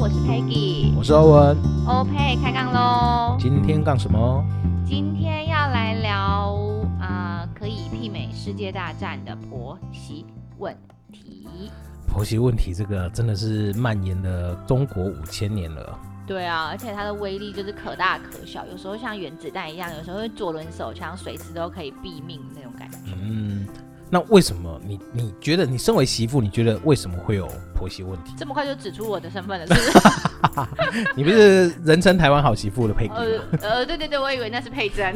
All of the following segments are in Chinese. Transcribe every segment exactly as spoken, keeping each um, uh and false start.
我是 Peggy， 我是欧文。 欧佩开杠喽！ 今天干什么？ 今天要来聊啊、呃，可以媲美世界大战的婆媳问题。 婆媳问题这个真的是蔓延了中国五千年了。 对啊，而且它的威力就是可大可小，有时候像原子弹一样，有时候会左轮手枪，随时都可以毙命那种感觉。 嗯，那为什么你你觉得你身为媳妇，你觉得为什么会有婆媳问题？ 这么快就指出我的身份了，是不是？ 你不是人称台湾好媳妇的佩吉吗？ 呃呃，对对对，我以为那是佩珍。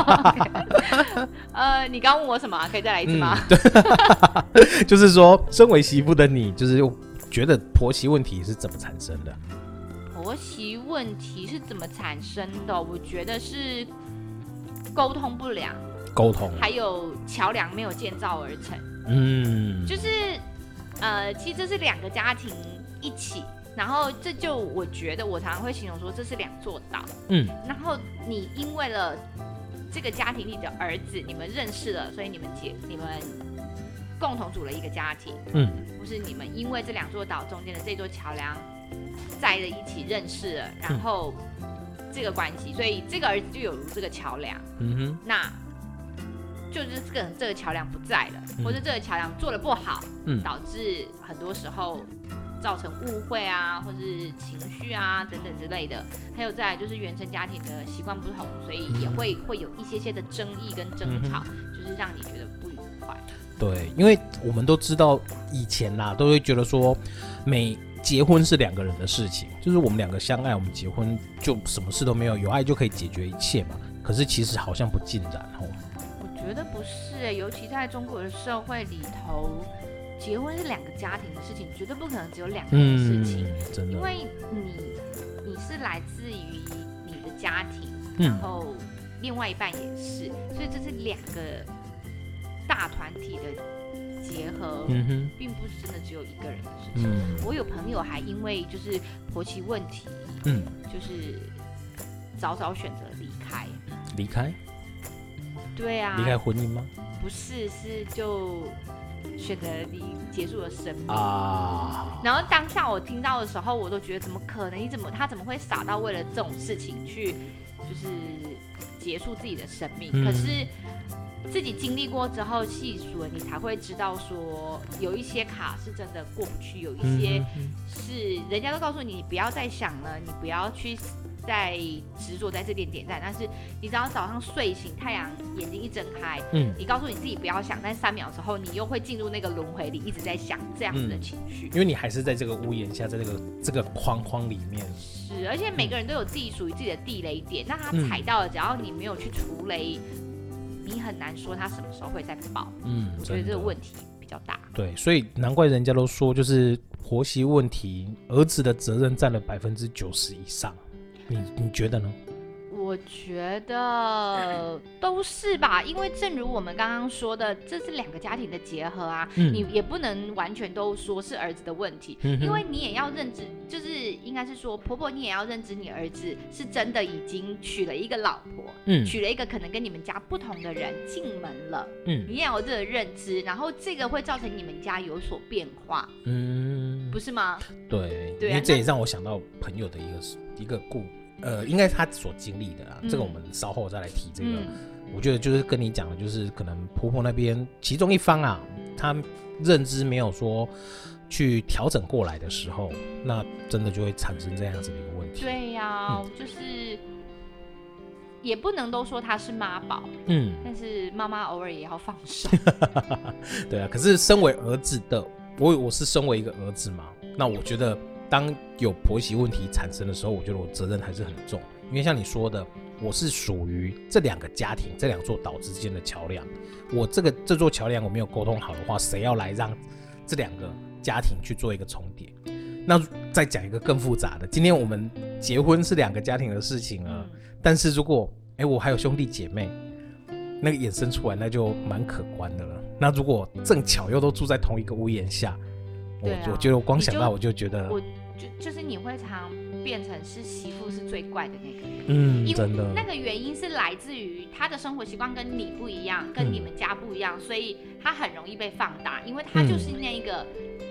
呃，你刚问我什么、啊？可以再来一次吗？ 嗯、就是说，身为媳妇的你，就是觉得婆媳问题是怎么产生的？ 婆媳问题是怎么产生的？我觉得是沟通不良， 沟通， 还有桥梁没有建造而成。 嗯， 就是呃，其实这是两个家庭一起，然后这就我觉得我常常会形容说这是两座岛。嗯，然后你因为了这个家庭里的儿子，你们认识了，所以你们结你们共同组了一个家庭。嗯，或是你们因为这两座岛中间的这座桥梁在了一起认识了，然后这个关系，所以这个儿子就有如这个桥梁。嗯哼，那就是这个这个桥梁不在了，嗯、或者这个桥梁做得不好，嗯、导致很多时候造成误会啊，或是情绪啊等等之类的。还有再来就是原生家庭的习惯不同，所以也会会有一些些的争议跟争吵，嗯、就是让你觉得不愉快。 对，因为我们都知道以前啦，都会觉得说每结婚是两个人的事情，就是我们两个相爱，我们结婚就什么事都没有，有爱就可以解决一切嘛。可是其实好像不尽然哦。 我觉得不是、欸，尤其在中国的社会里头，结婚是两个家庭的事情，绝对不可能只有两个人的事情。嗯、真的，因为你你是来自于你的家庭，嗯、然后另外一半也是，所以这是两个大团体的结合，嗯、并不是真的只有一个人的事情。嗯、我有朋友还因为就是婆媳问题，嗯，就是早早选择离开， 离开。 对啊， 离开婚姻吗？ 不是，是就选择离结束了生命啊。 然后当下我听到的时候，我都觉得怎么可能？你怎么他怎么会傻到为了这种事情去就是结束自己的生命？嗯、可是自己经历过之后细数了，你才会知道说有一些卡是真的过不去，有一些是人家都告诉你你不要再想了，你不要去在执着在这点点赞，但是你只要早上睡醒，太阳眼睛一睁开，嗯，你告诉你自己不要想，但三秒之后你又会进入那个轮回里，一直在想这样子的情绪、嗯， 因为你还是在这个屋檐下，在这个这个框框里面。 是，而且每个人都有自己属于自己的地雷点，那他踩到了，只要你没有去除雷，你很难说他什么时候会再爆。嗯，我觉得这个问题比较大。 对，所以难怪人家都说，就是婆媳问题，儿子的责任占了百分之九十以上。你你觉得呢？ 我觉得都是吧，因为正如我们刚刚说的，这是两个家庭的结合啊，嗯、你也不能完全都说是儿子的问题，嗯、因为你也要认知，就是应该是说婆婆你也要认知你儿子是真的已经娶了一个老婆，嗯、娶了一个可能跟你们家不同的人进门了，嗯、你也要有这个认知，然后这个会造成你们家有所变化，嗯，不是吗？ 对，对、啊，因为这也让我想到朋友的一个一个故。呃，应该是他所经历的啦，嗯、这个我们稍后再来提。这个、嗯、我觉得就是跟你讲的，就是可能婆婆那边其中一方啊，她认知没有说去调整过来的时候，那真的就会产生这样子的一个问题。 对呀、啊，嗯、就是也不能都说她是妈宝，嗯，但是妈妈偶尔也要放手。 对啊，可是身为儿子的我，我是身为一个儿子嘛，那我觉得。当有婆媳问题产生的时候，我觉得我责任还是很重，因为像你说的，我是属于这两个家庭、这两座岛之间的桥梁。我这个这座桥梁我没有沟通好的话，谁要来让这两个家庭去做一个重叠？那再讲一个更复杂的，今天我们结婚是两个家庭的事情啊，嗯、但是如果哎我还有兄弟姐妹，那个衍生出来那就蛮可观的了。那如果正巧又都住在同一个屋檐下。我, 啊、我觉得我光想到我就觉得， 我就就是你会常变成是媳妇是最怪的那个人， 嗯，真的， 那个原因是来自于他的生活习惯跟你不一样，跟你们家不一样，嗯、所以他很容易被放大，因为他就是那个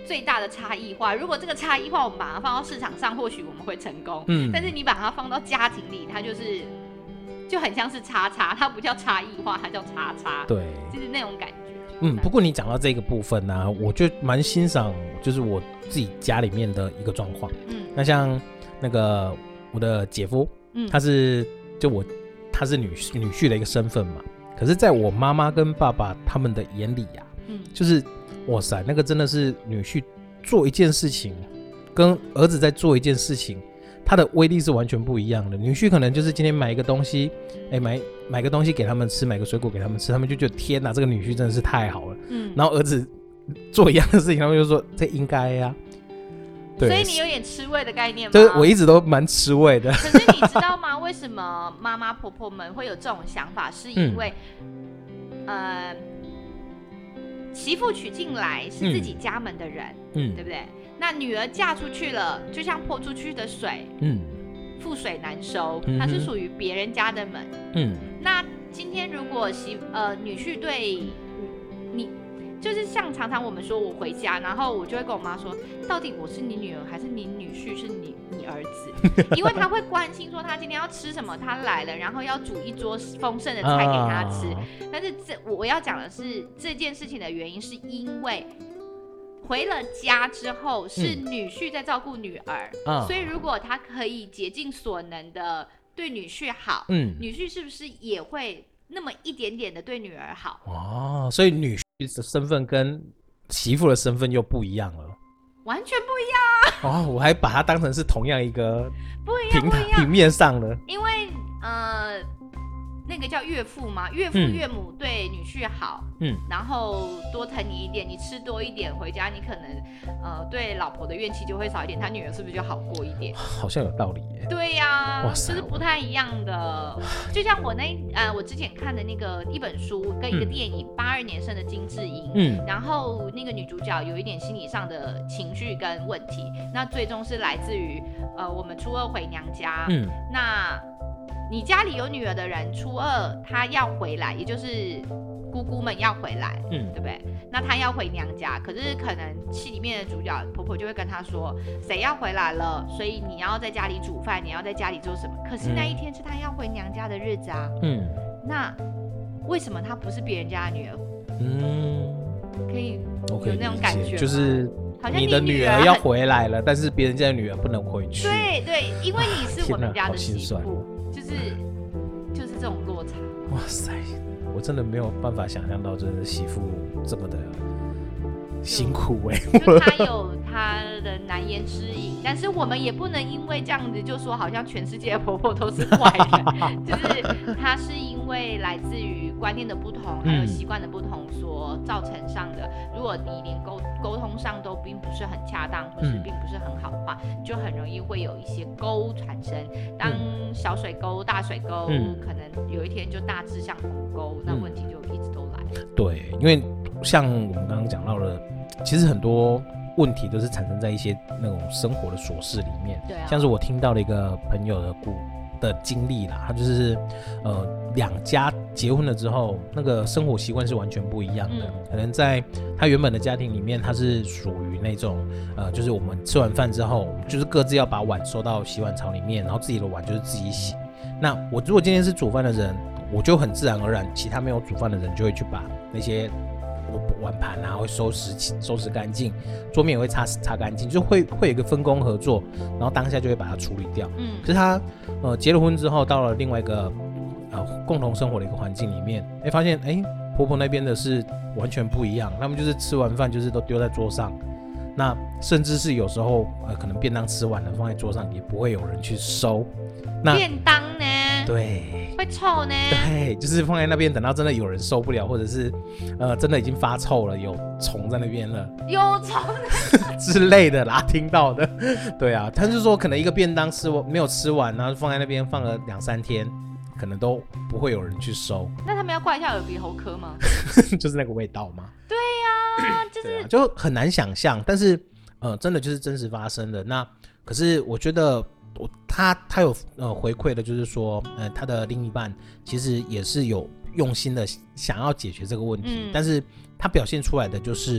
最大的差异化。如果这个差异化我们把它放到市场上，或许我们会成功。 嗯， 但是你把它放到家庭里，它就是就很像是叉叉，它不叫差异化，它叫叉叉。 对， 就是那种感觉。 嗯，不过你讲到这个部分呢、啊，我就蛮欣赏，就是我自己家里面的一个状况。嗯，那像那个我的姐夫，嗯，他是就我他是女女婿的一个身份嘛。可是，在我妈妈跟爸爸他们的眼里呀、啊，嗯，就是哇塞，那个真的是女婿做一件事情，跟儿子在做一件事情，他的威力是完全不一样的。女婿可能就是今天买一个东西，哎，买买个东西给他们吃，买个水果给他们吃，他们就觉得天哪，这个女婿真的是太好了。嗯，然后儿子做一样的事情，他们就说这应该呀、啊。 所以你有点吃味的概念吗？ 就是我一直都蛮吃味的。 可是你知道吗？为什么妈妈婆婆们会有这种想法？是因为，嗯、呃，媳妇娶进来是自己家门的人，嗯，对不对？那女儿嫁出去了，就像泼出去的水，嗯，覆水难收，它是属于别人家的门，嗯。那今天如果媳呃女婿对你。就是像常常我们说我回家，然后我就会跟我妈说，到底我是你女儿还是你女婿是你你儿子？因为他会关心说他今天要吃什么，他来了，然后要煮一桌丰盛的菜给他吃。啊、但是这我要讲的是这件事情的原因，是因为回了家之后是女婿在照顾女儿，嗯、所以如果他可以竭尽所能的对女婿好，嗯，女婿是不是也会那么一点点的对女儿好？ 哦，所以女婿的身份跟媳妇的身份又不一样了， 完全不一样。哦，我还把它当成是同样一个不一样，不一样平面上的。 因为呃，那个叫岳父嘛，岳父岳母对女婿好，嗯，然后多疼你一点，你吃多一点，回家你可能呃对老婆的怨气就会少一点，他女儿是不是就好过一点？ 好像有道理耶。 对呀、啊，就是不太一样的。就像我那呃，我之前看的那个一本书跟一个电影《八二年生的金智英》，嗯，然后那个女主角有一点心理上的情绪跟问题，那最终是来自于呃我们初二回娘家，嗯，那你家里有女儿的人，初二她要回来，也就是姑姑们要回来，嗯，对不对？那她要回娘家，可是可能戏里面的主角婆婆就会跟她说，谁要回来了，所以你要在家里煮饭，你要在家里做什么？可是那一天是她要回娘家的日子啊，嗯，那为什么她不是别人家的女儿？嗯，可以有那种感觉， 就是你的女儿要回来了，但是别人家的女儿不能回去。 对对，因为你是我们家的媳妇，就是就是这种落差。 哇塞！我真的没有办法想象到，真的媳妇这么的辛苦哎、 欸。就她有她的难言之隐，但是我们也不能因为这样子就说好像全世界的婆婆都是坏人，就是她是因为来自于观念的不同，还有习惯的不同所造成上的。如果你连沟沟通上都并不是很恰当，或是并不是很好的话，就很容易会有一些沟产生。当小水沟、大水沟，嗯、可能有一天就大致像鸿沟。那问题就一直都来。 对，因为像我们刚刚讲到了，其实很多问题都是产生在一些那种生活的琐事里面。 对啊。 像是我听到了一个朋友的故的经历啦，他就是呃两家结婚了之后，那个生活习惯是完全不一样的。嗯、可能在他原本的家庭里面，他是属于那种呃，就是我们吃完饭之后，就是各自要把碗收到洗碗槽里面，然后自己的碗就是自己洗。那我如果今天是煮饭的人，我就很自然而然，其他没有煮饭的人就会去把那些碗盘啊会收拾收拾干净，桌面也会擦擦干净，就会会有一个分工合作，然后当下就会把它处理掉。嗯，可是他呃结了婚之后，到了另外一个呃共同生活的一个环境里面，哎发现哎婆婆那边的是完全不一样，他们就是吃完饭就是都丢在桌上，那甚至是有时候呃可能便当吃完了放在桌上也不会有人去收。那便当呢？ 对， 会臭呢。 对，就是放在那边，等到真的有人受不了，或者是呃真的已经发臭了，有虫在那边了， 有虫之类的啦，听到的。对啊，他是说可能一个便当吃没有吃完，然后放在那边放了两三天，可能都不会有人去收。 那他们要挂一下耳鼻喉科吗？ 就是那个味道吗？ 对呀、啊，就是、 啊、就很难想象，但是呃真的就是真实发生的。那可是我觉得。他他有呃回馈的，就是说，呃，他的另一半其实也是有用心的想要解决这个问题，嗯、但是他表现出来的就是，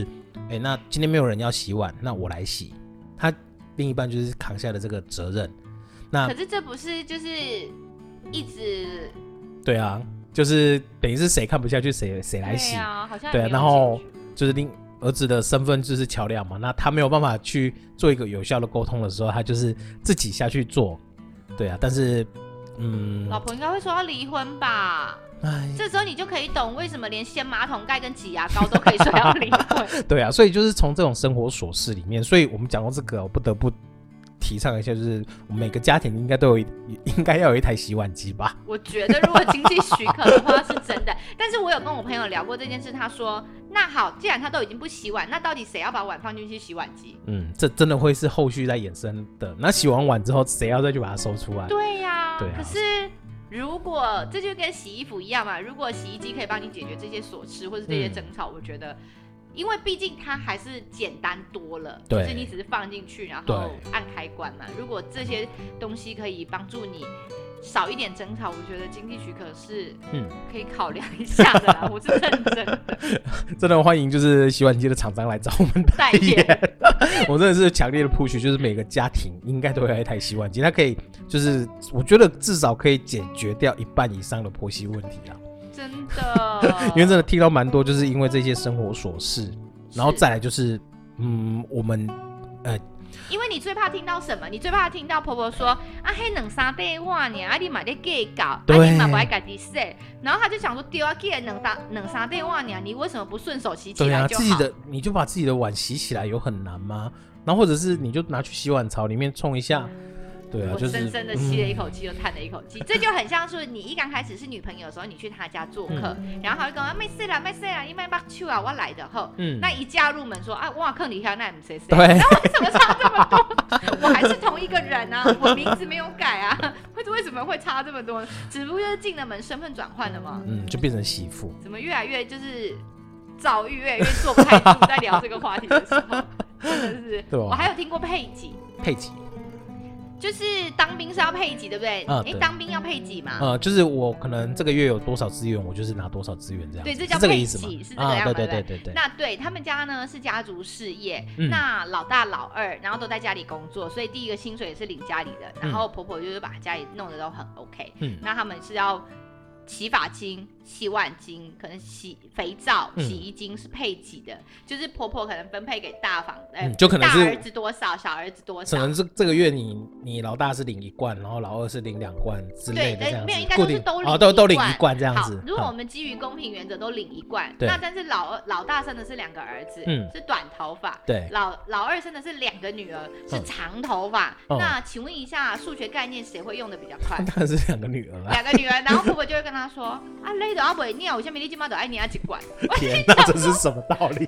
哎、欸，那今天没有人要洗碗，那我来洗。他另一半就是扛下了这个责任。那可是这不是就是一直对啊，就是等于是谁看不下去谁谁来洗。 对啊，好像对啊，然后就是另儿子的身份就是桥梁嘛，那他没有办法去做一个有效的沟通的时候，他就是自己下去做。对啊，但是嗯， 老婆应该会说要离婚吧？这时候你就可以懂为什么连掀马桶盖跟挤牙膏都可以说要离婚。 对啊，所以就是从这种生活琐事里面，所以我们讲到这个，我不得不提倡一下，就是每个家庭应该都有一应该要有一台洗碗机吧。 我觉得如果经济许可的话是真的，但是我有跟我朋友聊过这件事，他说那好，既然他都已经不洗碗，那到底谁要把碗放进去洗碗机？ 嗯，这真的会是后续在衍生的。那洗完碗之后，谁要再去把它收出来？ 对呀、啊， 对啊。 可是如果这就跟洗衣服一样嘛，如果洗衣机可以帮你解决这些琐事或是这些争吵，嗯、我觉得。因为毕竟它还是简单多了，就是你只是放进去，然后按开关嘛。如果这些东西可以帮助你少一点争吵，我觉得经济许可是嗯可以考量一下的啦。我是认真的， 真的欢迎就是洗碗机的厂商来找我们代言。我真的是强烈的 push， 就是每个家庭应该都有一台洗碗机，它可以就是我觉得至少可以解决掉一半以上的婆媳问题啊。 真的， 因为真的听到蛮多，就是因为这些生活琐事，然后再来就是，嗯，我们呃， 因为你最怕听到什么？你最怕听到婆婆说啊，嘿，两三块碗呢，啊，你买的给搞，啊，你嘛不爱自己洗，然后他就想说，丢啊，给两大两三块碗呢，你为什么不顺手洗起来就好？ 对啊，自己的你就把自己的碗洗起来有很难吗？然后或者是你就拿去洗碗槽里面冲一下。对啊， 我深深的吸了一口气，又叹了一口气，嗯、这就很像是你一刚开始是女朋友的时候，你去她家做客，嗯、然后她会跟我说没事啦，没事啦，你买把酒啊，我来的后，嗯、那一嫁入门说啊，哇，坑里跳那不谁谁，那为什么差这么多？我还是同一个人啊，我名字没有改啊，为什么会差这么多？只不过就是进了门，身份转换了嘛， 嗯，就变成媳妇， 怎么越来越就是躁郁，越来越坐不太住，在聊这个话题的时候，真的是，对我还有听过配给， 配给。 就是当兵是要配给，对不对？哎、嗯，当兵要配给嘛？ 呃，就是我可能这个月有多少资源，我就是拿多少资源这样。 对，这叫配给，是这个样子。 啊、对对对对对。 那对他们家呢是家族事业，嗯、那老大老二，然后都在家里工作，所以第一个薪水也是领家里的，然后婆婆就是把家里弄得都很 OK。嗯，那他们是要洗发精、洗碗精，可能洗肥皂、洗衣精是配给的，嗯、就是婆婆可能分配给大房，呃、嗯， 就可能是大儿子多少，小儿子多少， 可能是这个月你你老大是领一罐，然后老二是领两罐之类的这样子， 没有，应该都是都领一罐， 哦、都都领一罐这样子。 好，如果我们基于公平原则都领一罐，那但是老二老大生的是两个儿子，嗯，是短头发， 对， 老老二生的是两个女儿，是长头发。嗯、那请问一下，数学概念谁会用的比较快？ 当然是两个女儿啦， 两个女儿，然后婆婆就会跟他说啊。累的阿伯念，我现在你今晚都爱念一罐。 天哪，这是什么道理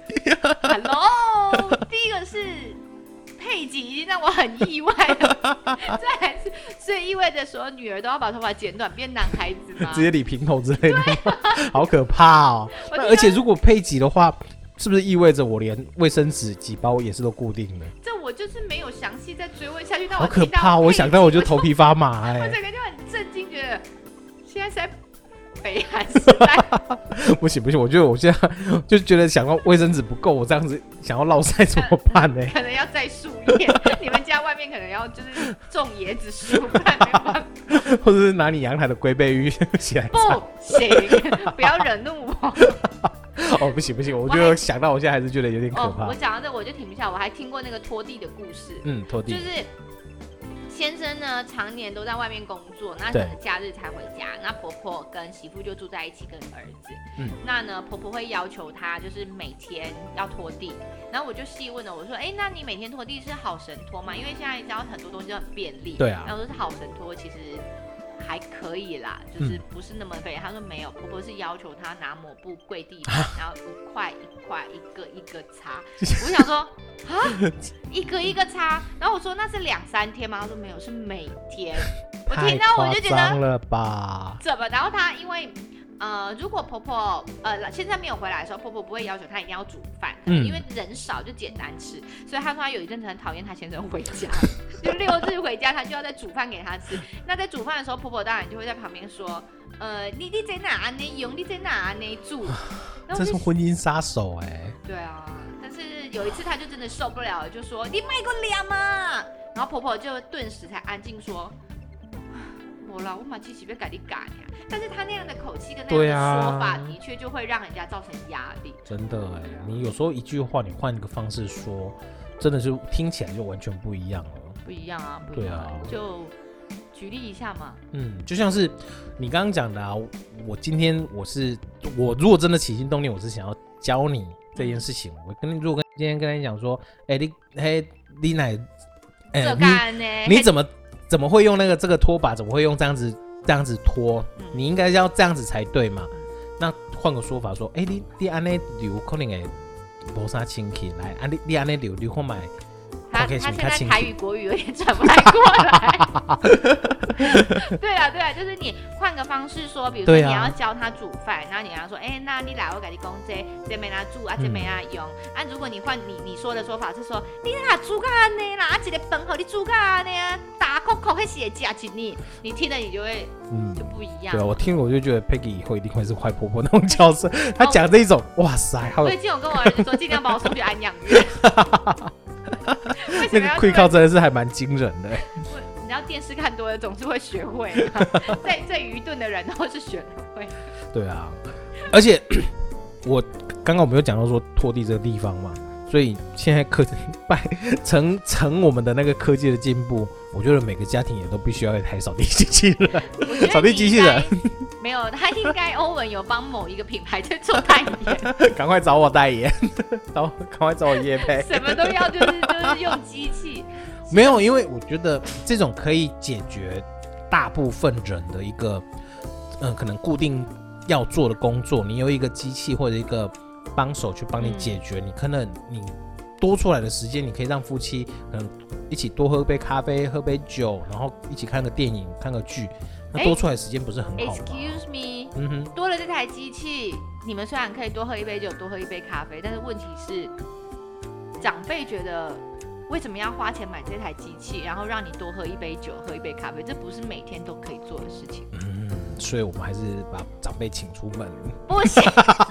？Hello， 第一个是配给已经让我很意外了，再来是，所以意味着说女儿都要把头发剪短变男孩子吗？ 直接理平头之类的吗？好可怕哦！那而且如果配给的话，是不是意味着我连卫生纸几包也是都固定的？ 这我就是没有详细再追问下去。那好可怕！我想到我就头皮发麻哎、 欸！我整个就很震惊，觉得现在是在。北韩时代不行不行，我觉得我现在就觉得想要卫生纸不够，我这样子想要落晒怎么办呢？ 可能要摘树叶，你们家外面可能要就是种椰子树，不然没有办法。 或者是拿你阳台的龟背鱼起来。 不行，不要惹怒我。 哦，不行不行，我觉得想到我现在还是觉得有点可怕。 哦、我讲到这我就停不下，我还听过那个拖地的故事。 嗯，拖地就是。先生呢，常年都在外面工作，那可能假日才回家。那婆婆跟媳妇就住在一起，跟儿子。嗯，那呢，婆婆会要求他就是每天要拖地。然后我就细问了，我说：“哎，那你每天拖地是好神拖吗？因为现在只要很多东西都很便利。” 对啊。 然后我说是好神拖，其实还可以啦，就是不是那么费。嗯、他说没有，婆婆是要求他拿抹布跪地板，然后一块一块一个一个擦。我想说啊，一个一个擦。然后我说那是两三天吗？他说没有，是每天。我听到我就觉得太夸张了吧？ 怎么？然后他因为。呃，如果婆婆呃现在没有回来的时候，婆婆不会要求她一定要煮饭，嗯、因为人少就简单吃。所以她说她有一阵子很讨厌她先生回家，就六日回家，她就要再煮饭给他吃。那在煮饭的时候，婆婆当然就会在旁边说，呃，你你在哪呢用？你在哪呢煮？ 这是婚姻杀手哎、欸。 对啊，但是有一次她就真的受不了了，就说你卖个脸嘛，然后婆婆就顿时才安静说。我啦，我马其实被改你改呀，但是他那样的口气跟那样的说法，的确就会让人家造成压力。 真的哎，你有时候一句话，你换一个方式说，真的是听起来就完全不一样了。 不一样啊，不一样啊。对啊，就举例一下嘛。 嗯，就像是你刚刚讲的啊，我今天我是我如果真的起心动念，我是想要教你这件事情，我跟你如果跟今天跟你讲说，哎、欸，你嘿你奶，哎、欸，你你怎么？怎么会用那个这个拖把？怎么会用这样子这样子拖？嗯、你应该要这样子才对嘛？那换个说法说，哎、欸，你你安尼流可能会无啥清气来，啊你你安尼流流看买。 他他现在台语国语有点转不太过来。对啊对啊，就是你换个方式说，比如说你要教他煮饭，啊、然后你要说，哎、欸，那你来我给你讲这这没拿煮啊，这没拿用、嗯、啊。如果你换你你说的说法是说，你哪煮个安尼啦，啊一个饭好你煮个安尼啊，大口口那是加进你，你听了你就会嗯就不一样。 对啊，我听我就觉得 Peggy 以后一定会是坏婆婆那种角色，她讲这一种、哦、哇塞， 所以今天我跟我儿子说，尽量把我送去安养院。 那个会靠真的是还蛮惊人的。 你知道电视看多了总是会学会再再愚钝的人都是学会。 对啊，而且我刚刚我们有讲到说拖地这个地方嘛，所以现在科拜成成我们的那个科技的进步，我觉得每个家庭也都必须要一台扫地机器人。扫地机器人没有，他应该欧文有帮某一个品牌在做代言。 赶快找我代业，赶快找我业配。 什么都要就是就是用机器。 没有，因为我觉得这种可以解决大部分人的一个，呃，可能固定要做的工作，你有一个机器或者一个帮手去帮你解决，嗯、你可能你多出来的时间，你可以让夫妻可能一起多喝杯咖啡，喝杯酒，然后一起看个电影，看个剧。那多出来的时间不是很好吗？ Excuse me， 嗯哼，多了这台机器，你们虽然可以多喝一杯酒，多喝一杯咖啡，但是问题是，长辈觉得为什么要花钱买这台机器，然后让你多喝一杯酒，喝一杯咖啡？这不是每天都可以做的事情。 嗯，所以我们还是把长辈请出门。 不行。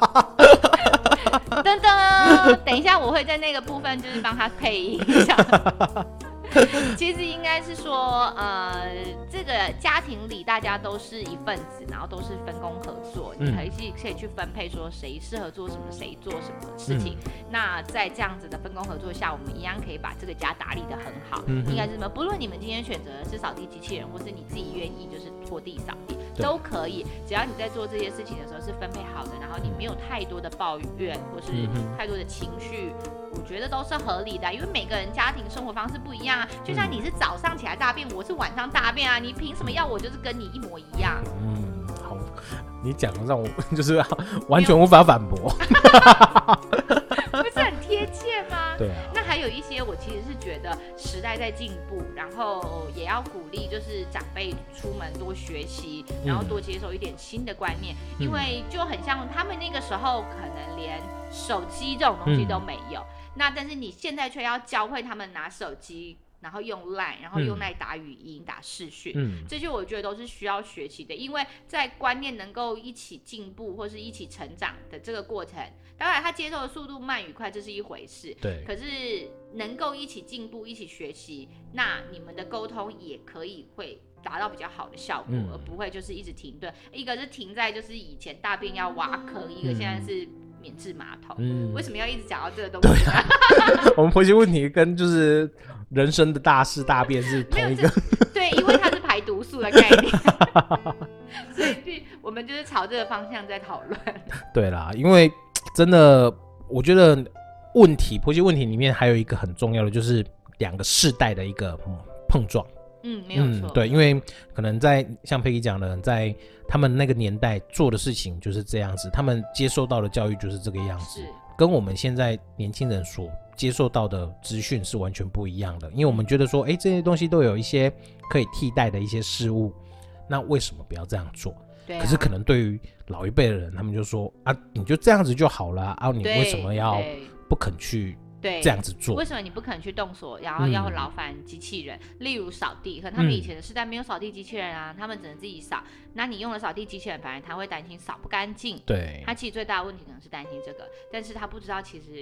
噔噔，等一下我会在那个部分就是帮他配音一下。其实应该是说，呃，这个家庭里大家都是一份子，然后都是分工合作，嗯、你可以可以去分配说谁适合做什么，谁做什么事情。嗯、那在这样子的分工合作下，我们一样可以把这个家打理得很好。嗯、应该是什么？不论你们今天选择的是扫地机器人，或是你自己愿意就是拖地扫地，都可以。只要你在做这些事情的时候是分配好的，然后你没有太多的抱怨或是太多的情绪。我觉得都是合理的，因为每个人家庭生活方式不一样啊。就像你是早上起来大便，我是晚上大便啊，你凭什么要我就是跟你一模一样？ 嗯，好，你讲的让我就是完全无法反驳。 不是很贴切吗？ 对啊。 那还有一些，我其实是觉得时代在进步，然后也要鼓励，就是长辈出门多学习，然后多接受一点新的观念，嗯、因为就很像他们那个时候可能连手机这种东西都没有。嗯那但是你现在却要教会他们拿手机，然后用 LINE， 然后用 LINE 打语音、嗯、打视讯，嗯、这些我觉得都是需要学习的，因为在观念能够一起进步或是一起成长的这个过程，当然他接受的速度慢与快这是一回事， 对， 可是能够一起进步、一起学习，那你们的沟通也可以会达到比较好的效果，嗯、而不会就是一直停顿。一个是停在就是以前大便要挖坑，一个现在是免治马桶，嗯、为什么要一直讲到这个东西？对啊， 我们婆媳问题跟就是人生的大事大便是同一个， 对，因为它是排毒素的概念，所以我们就是朝这个方向在讨论。 对啦，因为真的，我觉得问题婆媳问题里面还有一个很重要的，就是两个世代的一个碰撞。 嗯，没有错、嗯。 对，因为可能在像Peggy讲的，在他们那个年代做的事情就是这样子，他们接受到的教育就是这个样子，跟我们现在年轻人所接受到的资讯是完全不一样的。因为我们觉得说，哎，这些东西都有一些可以替代的一些事物，那为什么不要这样做？ 对啊、可是可能对于老一辈的人，他们就说啊，你就这样子就好了啊，你为什么要不肯去？对，这样子做， 为什么你不可能去动手，然后要劳烦机器人？嗯、例如扫地，可能他们以前的时代没有扫地机器人啊，嗯、他们只能自己扫。那你用了扫地机器人，反而他会担心扫不干净。 对， 他其实最大的问题可能是担心这个，但是他不知道其实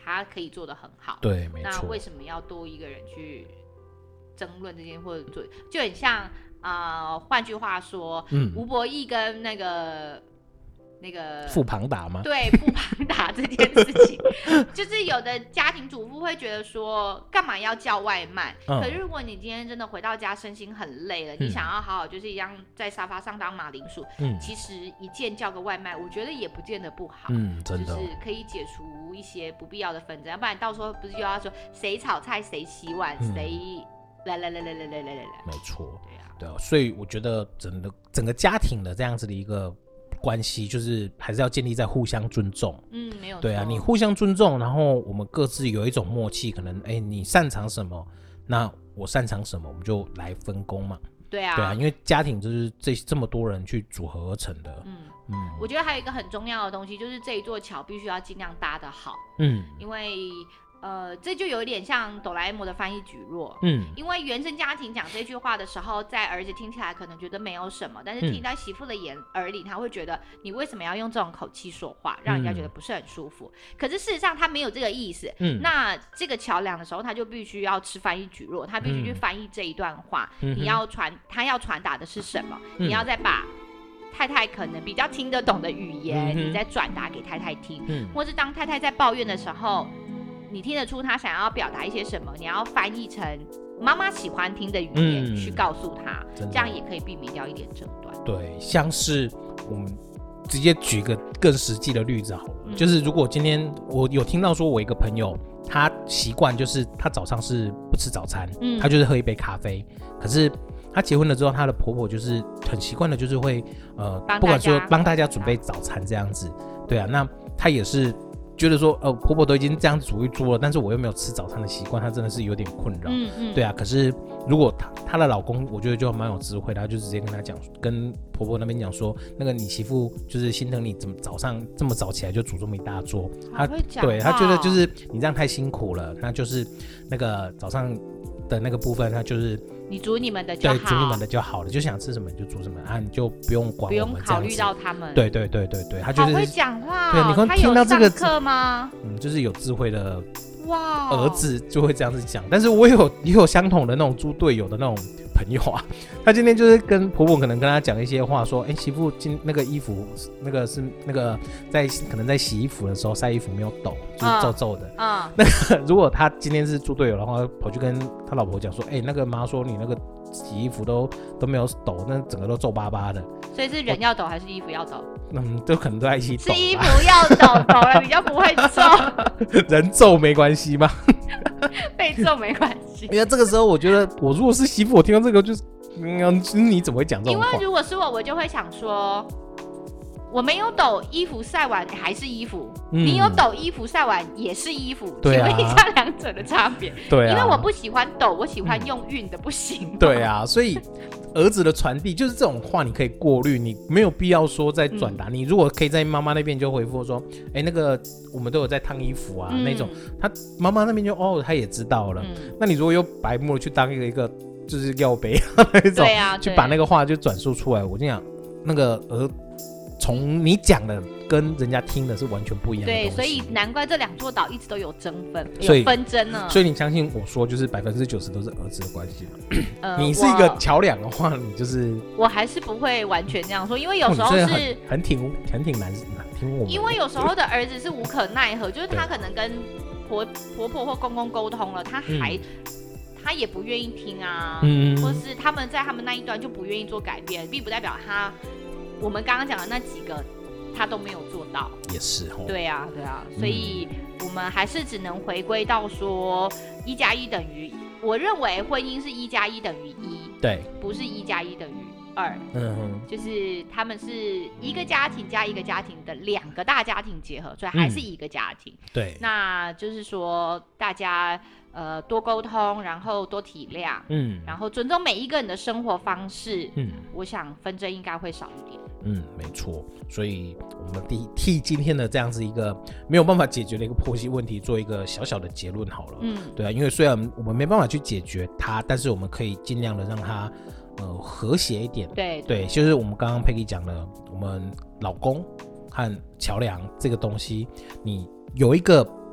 他可以做得很好。 对，没错。 那为什么要多一个人去争论这件，或者做，就很像呃，换句话说，嗯，吴伯义跟那个。那个傅庞达吗？ 对，傅庞达这件事情，就是有的家庭主妇会觉得说，干嘛要叫外卖？嗯、可是如果你今天真的回到家，身心很累了，嗯、你想要好好就是一样在沙发上当马铃薯，嗯，其实一键叫个外卖，我觉得也不见得不好， 嗯，真的， 就是可以解除一些不必要的纷争，要不然到时候不是又要说谁炒菜谁洗碗谁、嗯、来来来来来来来来， 没错， 对啊， 对啊，所以我觉得整个整个家庭的这样子的一个。关系就是还是要建立在互相尊重， 嗯，没有错， 对啊，你互相尊重，然后我们各自有一种默契，可能哎，你擅长什么，那我擅长什么，我们就来分工嘛。 对啊， 对啊，因为家庭就是这这么多人去组合而成的。 嗯嗯，我觉得还有一个很重要的东西，就是这一座桥必须要尽量搭得好。 嗯， 因为。呃，这就有点像哆啦 A 梦的翻译举弱， 嗯， 因为原生家庭讲这句话的时候，在儿子听起来可能觉得没有什么，但是听到媳妇的眼耳里，他会觉得你为什么要用这种口气说话，让人家觉得不是很舒服。嗯、可是事实上他没有这个意思，嗯，那这个桥梁的时候，他就必须要吃翻译举弱，他必须去翻译这一段话，嗯、你要传他要传达的是什么，嗯、你要再把。太太可能比较听得懂的语言，嗯、你再转达给太太听，嗯、或是当太太在抱怨的时候。你听得出他想要表达一些什么，你要翻译成妈妈喜欢听的语言、嗯、去告诉他，这样也可以避免掉一点争端。 对，像是我们直接举个更实际的例子好了、嗯、就是如果今天我有听到说我一个朋友他习惯就是他早上是不吃早餐、嗯、他就是喝一杯咖啡，可是他结婚了之后他的婆婆就是很习惯的就是会呃不管说帮大家准备早餐这样子，对啊，那他也是觉得说，呃，婆婆都已经这样煮一桌了，但是我又没有吃早餐的习惯，她真的是有点困扰。嗯嗯，对啊。可是如果她她的老公，我觉得就蛮有智慧的，他就直接跟她讲，跟婆婆那边讲说，那个你媳妇就是心疼你，怎么早上这么早起来就煮这么一大桌？ 她对她觉得就是你这样太辛苦了，那就是那个早上的那个部分，她就是你煮你们的就好， 对，煮你们的就好了，就想吃什么你就煮什么啊，你就不用管我们， 不用考虑到他们。 对对对对对，他就是好会讲话、哦。 对，你会听到这个课吗？ 嗯，就是有智慧的哇， 儿子就会这样子讲。但是我有也有相同的那种猪队友的那种朋友啊，他今天就是跟婆婆可能跟他讲一些话，说，哎，媳妇今那个衣服那个是那个在可能在洗衣服的时候晒衣服没有抖，就是皱皱的。嗯，嗯那个如果他今天是猪队友的话，跑去跟他老婆讲说，哎，那个妈说你那个洗衣服都都没有抖，那整个都皱巴巴的。 所以是人要抖还是衣服要抖？ 嗯，都可能都在一起抖。 是衣服要抖，抖了比较不会皱。 人皱没关系吗？ 被皱没关系。 因为这个时候，我觉得我如果是媳妇，我听到这个就是，嗯，你怎么会讲这种话？ 因为如果是我，我就会想说，我没有抖，衣服晒完还是衣服；嗯、你有抖，衣服晒完也是衣服。 对啊， 请问一下两者的差别？ 对啊， 因为我不喜欢抖，我喜欢用运的，不行。 对啊，所以。儿子的传递就是这种话，你可以过滤，你没有必要说再转达、嗯。你如果可以在妈妈那边就回复说，哎、欸，那个我们都有在烫衣服啊，嗯、那种，他妈妈那边就哦，他也知道了。嗯、那你如果又白目去当一个一个就是要杯那种， 对啊， 去把那个话就转述出来，我跟你讲，那个儿从你讲的跟人家听的是完全不一样的东西。 对，所以难怪这两座岛一直都有争分，有纷争呢。 所以你相信我说，就是百分之九十都是儿子的关系嘛。呃、你是一个桥梁的话，你就是我还是不会完全这样说，因为有时候是、哦、 很, 很挺很挺难听我们。 因为有时候的儿子是无可奈何，就是他可能跟婆婆婆或公公沟通了，他还、嗯、他也不愿意听啊，嗯，或是他们在他们那一端就不愿意做改变，并不代表他。我们刚刚讲的那几个，他都没有做到， 也是哦。 对啊，对啊，所以我们还是只能回归到说，一加一等于，我认为婚姻是一加一等于一， 对， 不是一加一等于二， 嗯哼， 就是他们是一个家庭加一个家庭的两个大家庭结合，所以还是一个家庭。 嗯、对， 那就是说大家。呃，多沟通，然后多体谅，嗯，然后尊重每一个人的生活方式，嗯，我想纷争应该会少一点。 嗯，没错。所以我们替替今天的这样子一个没有办法解决的一个婆媳问题做一个小小的结论好了。嗯，对啊，因为虽然我们没办法去解决它，但是我们可以尽量的让它呃和谐一点。 对对，就是我们刚刚Peggy讲的，我们老公和桥梁这个东西，你有一个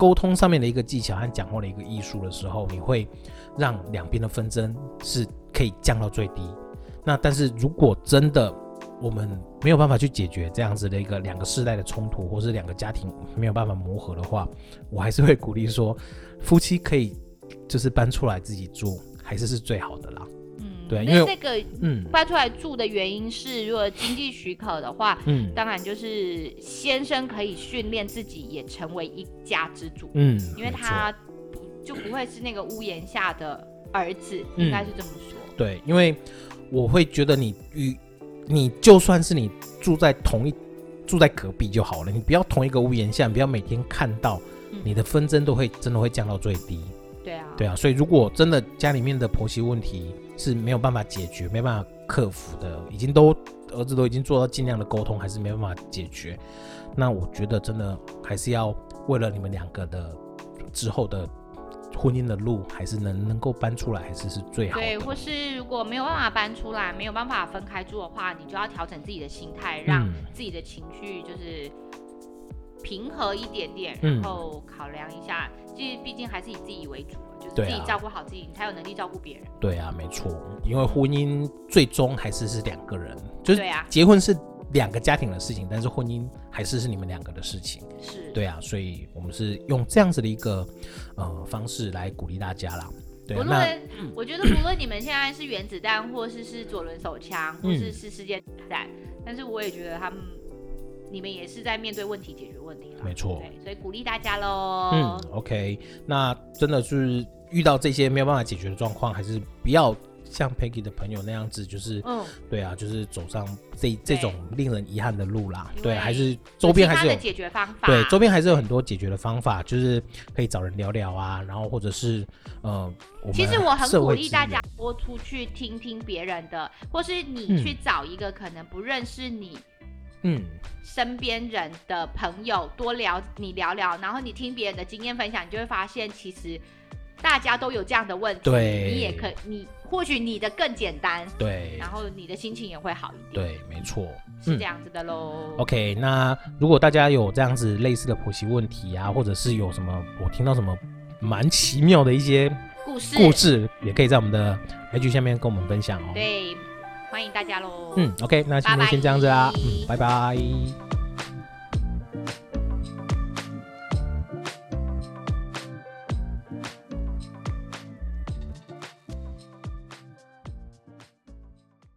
沟通上面的一个技巧和讲话的一个艺术的时候，你会让两边的纷争是可以降到最低。那但是如果真的我们没有办法去解决这样子的一个两个世代的冲突，或是两个家庭没有办法磨合的话，我还是会鼓励说，夫妻可以就是搬出来自己住，还是是最好的啦。 嗯， 对，因为这个搬出来住的原因是，如果经济许可的话，嗯，当然就是先生可以训练自己也成为一家之主，嗯，因为他就不会是那个屋檐下的儿子，嗯、应该是这么说。 对，因为我会觉得你与你就算是你住在同一住在隔壁就好了，你不要同一个屋檐下，你不要每天看到，你的纷争都会真的会降到最低。 对啊， 对啊，所以如果真的家里面的婆媳问题是没有办法解决、没办法克服的，已经都儿子都已经做到尽量的沟通，还是没办法解决，那我觉得真的还是要为了你们两个的之后的婚姻的路，还是能能够搬出来，还是是最好的。 对，或是如果没有办法搬出来，没有办法分开住的话，你就要调整自己的心态，让自己的情绪就是平和一点点，然后考量一下，其实毕竟还是以自己为主，就是自己照顾好自己，你才有能力照顾别人。 对啊，没错，因为婚姻最终还是是两个人，就是结婚是两个家庭的事情，但是婚姻还是是你们两个的事情。 是，对啊，所以我们是用这样子的一个呃方式来鼓励大家啦。对啊， 不论、嗯、我觉得不论你们现在是原子弹，或是是左轮手枪，或是是世界大战、嗯，但是我也觉得他们。你们也是在面对问题解决问题啦， 没错， 对，所以鼓励大家咯。 嗯 OK， 那真的是遇到这些没有办法解决的状况，还是不要像 Peggy 的朋友那样子，就是嗯，对啊，就是走上这这种令人遗憾的路啦。对，还是周边还是有其他的解决方法， 对，周边还是有很多解决的方法，就是可以找人聊聊啊，然后或者是呃，我们其实我很鼓励大家多出去听听别人的，或是你去找一个可能不认识你。嗯，身边人的朋友多聊，你聊聊，然后你听别人的经验分享，你就会发现其实大家都有这样的问题， 对， 你也可，你或许你的更简单， 对， 然后你的心情也会好一点， 对，没错， 是这样子的咯、 嗯、OK， 那如果大家有这样子类似的婆媳问题啊，或者是有什么我听到什么蛮奇妙的一些故事， 故事也可以在我们的 I G 下面跟我们分享哦。 对。欢迎大家喽！ 嗯 ，OK， 那今天先这样子啦，嗯，拜拜。